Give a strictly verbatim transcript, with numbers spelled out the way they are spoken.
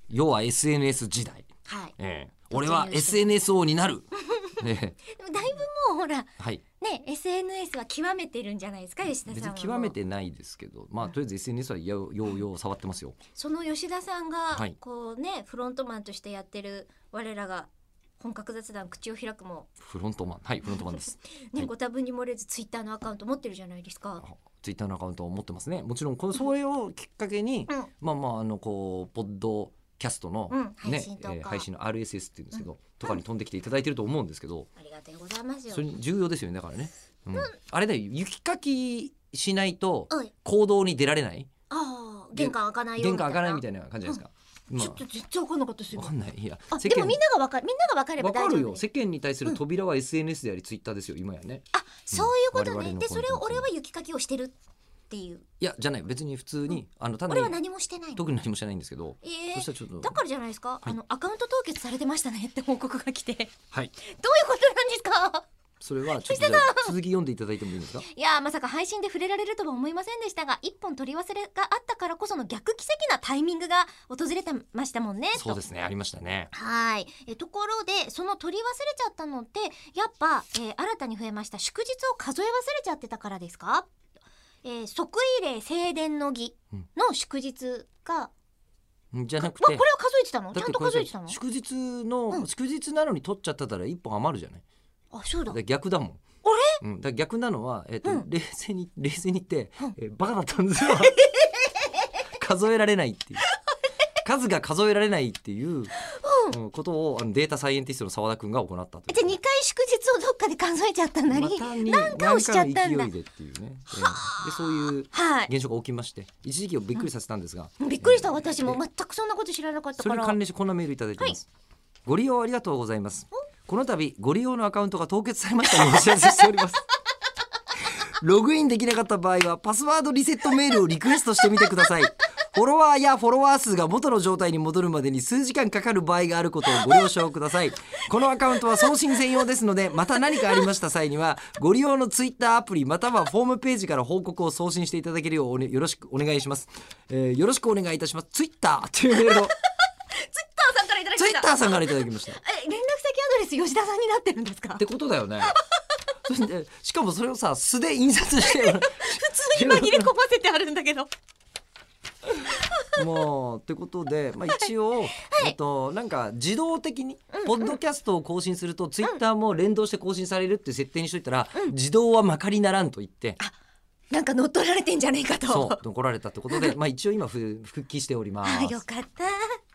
要は エスエヌエス 時代、 はい、 えー、俺は エスエヌエス 王になる、ね、 でもだいぶもうほら、 はい、 ね、エスエヌエス は極めてるんじゃないですか、吉田さんは。 別に極めてないですけど、まあとりあえず エスエヌエス はようようよう触ってますよ。 その吉田さんがはいこうね、フロントマンとしてやってる我らが本格雑談口を開くもフロントマン、はい、フロントマンです、 ね、 はい、 ご多分に漏れずツイッターのアカウント持ってるじゃないですか。 ツイッターのアカウントを持ってますね。もちろんこのそれをきっかけに、 うん、 まあまああのこうポッドキャストの、 うん、 ね、 配信とか、 えー配信の アールエスエス っていうんですけど、 うん、 とかに飛んできていただいてると思うんですけど、 ありがとうございますよ。 それ重要ですよね。だからね、うんうん、 あれだよ、雪かきしないとおい、 行動に出られない、 ああ、玄関開かないよ玄みたいな、 関開かないみたいな感じじゃないですか、まあちょっと全然分かんなかったですよ。 わかんない、いやあ、 世間でもみんなが分かる、みんなが分かればわかるよ。 大丈夫です。 世間に対する扉は エスエヌエス でありツイッターですよ今やね。 あ、そういうことね。 我々のでそれをコンテンツ俺は雪かきをしてるっていう。 いやじゃない、別に普通に、あのただ俺は何もしてないの。 特に何もしてないんですけど、 えーそしたらちょっとだからじゃないですか、あのアカウント凍結されてましたねって報告が来て、どういうはい、 ことなんですか。 それはちょっとじゃあ続き読んでいただいてもいいですか。 いやー、まさか配信で触れられるとは思いませんでしたが、一本取り忘れがあったからこその逆奇跡なタイミングが訪れてましたもんね。 そうですね、ありましたね。 はい。えところでその取り忘れちゃったのってやっぱ、えー新たに増えました祝日を数え忘れちゃってたからですか。えー即位礼正殿の儀の祝日が、 じゃなくて、 まこれは数えてたの？ちゃんとだってこれ数えてたの？ 祝日の、 うん祝日なのに取っちゃったら一本余るじゃない。 あ、そうだ。 だから逆だもん。 あうん、だから逆なのは、えっとうん冷静に冷静に言って、 うんえーバカだったんですよ数えられないっていう数が数えられないっていう、うんことをあのデータサイエンティストの澤田君が行ったという。 じゃあにかい祝日をどっかで数えちゃったんだり、 またになんかをしちゃったんだなんかの勢いでっていうね、えーでそういうはい。 現象が起きまして、一時期をびっくりさせたんですが、 びっくりした。 えー私もで全くそんなこと知らなかったそれにから。 関連してこんなメールいただいています、ご利用ありがとうございます。この度ご利用のアカウントが凍結されましたのでお知らせしておりますログインできなかった場合はパスワードリセットメールをリクエストしてみてください。フォロワーやフォロワー数が元の状態に戻るまでに数時間かかる場合があることをご了承ください。このアカウントは送信専用ですので、また何かありました際にはご利用のツイッターアプリまたはフォームページから報告を送信していただけるようお、ね、よろしくお願いします、えー、よろしくお願いいたします。ツイッターというメールをツイッターさんからいただきました。 ツイッターさんからいただきました。 え、連絡先アドレス吉田さんになってるんですか？ ってことだよねそれでしかもそれをさ素で印刷して普通に紛れ込ませてあるんだけどもうってことで、まあ、一応、えっと、なんか自動的にポッドキャストを更新するとツイッターも連動して更新されるっていう設定にしといたら、自動はまかりならんと言ってなんか乗っ取られてんじゃねえかと。 そう怒られたってことで、まあ、一応今ふ復帰しております。 あ、よかった。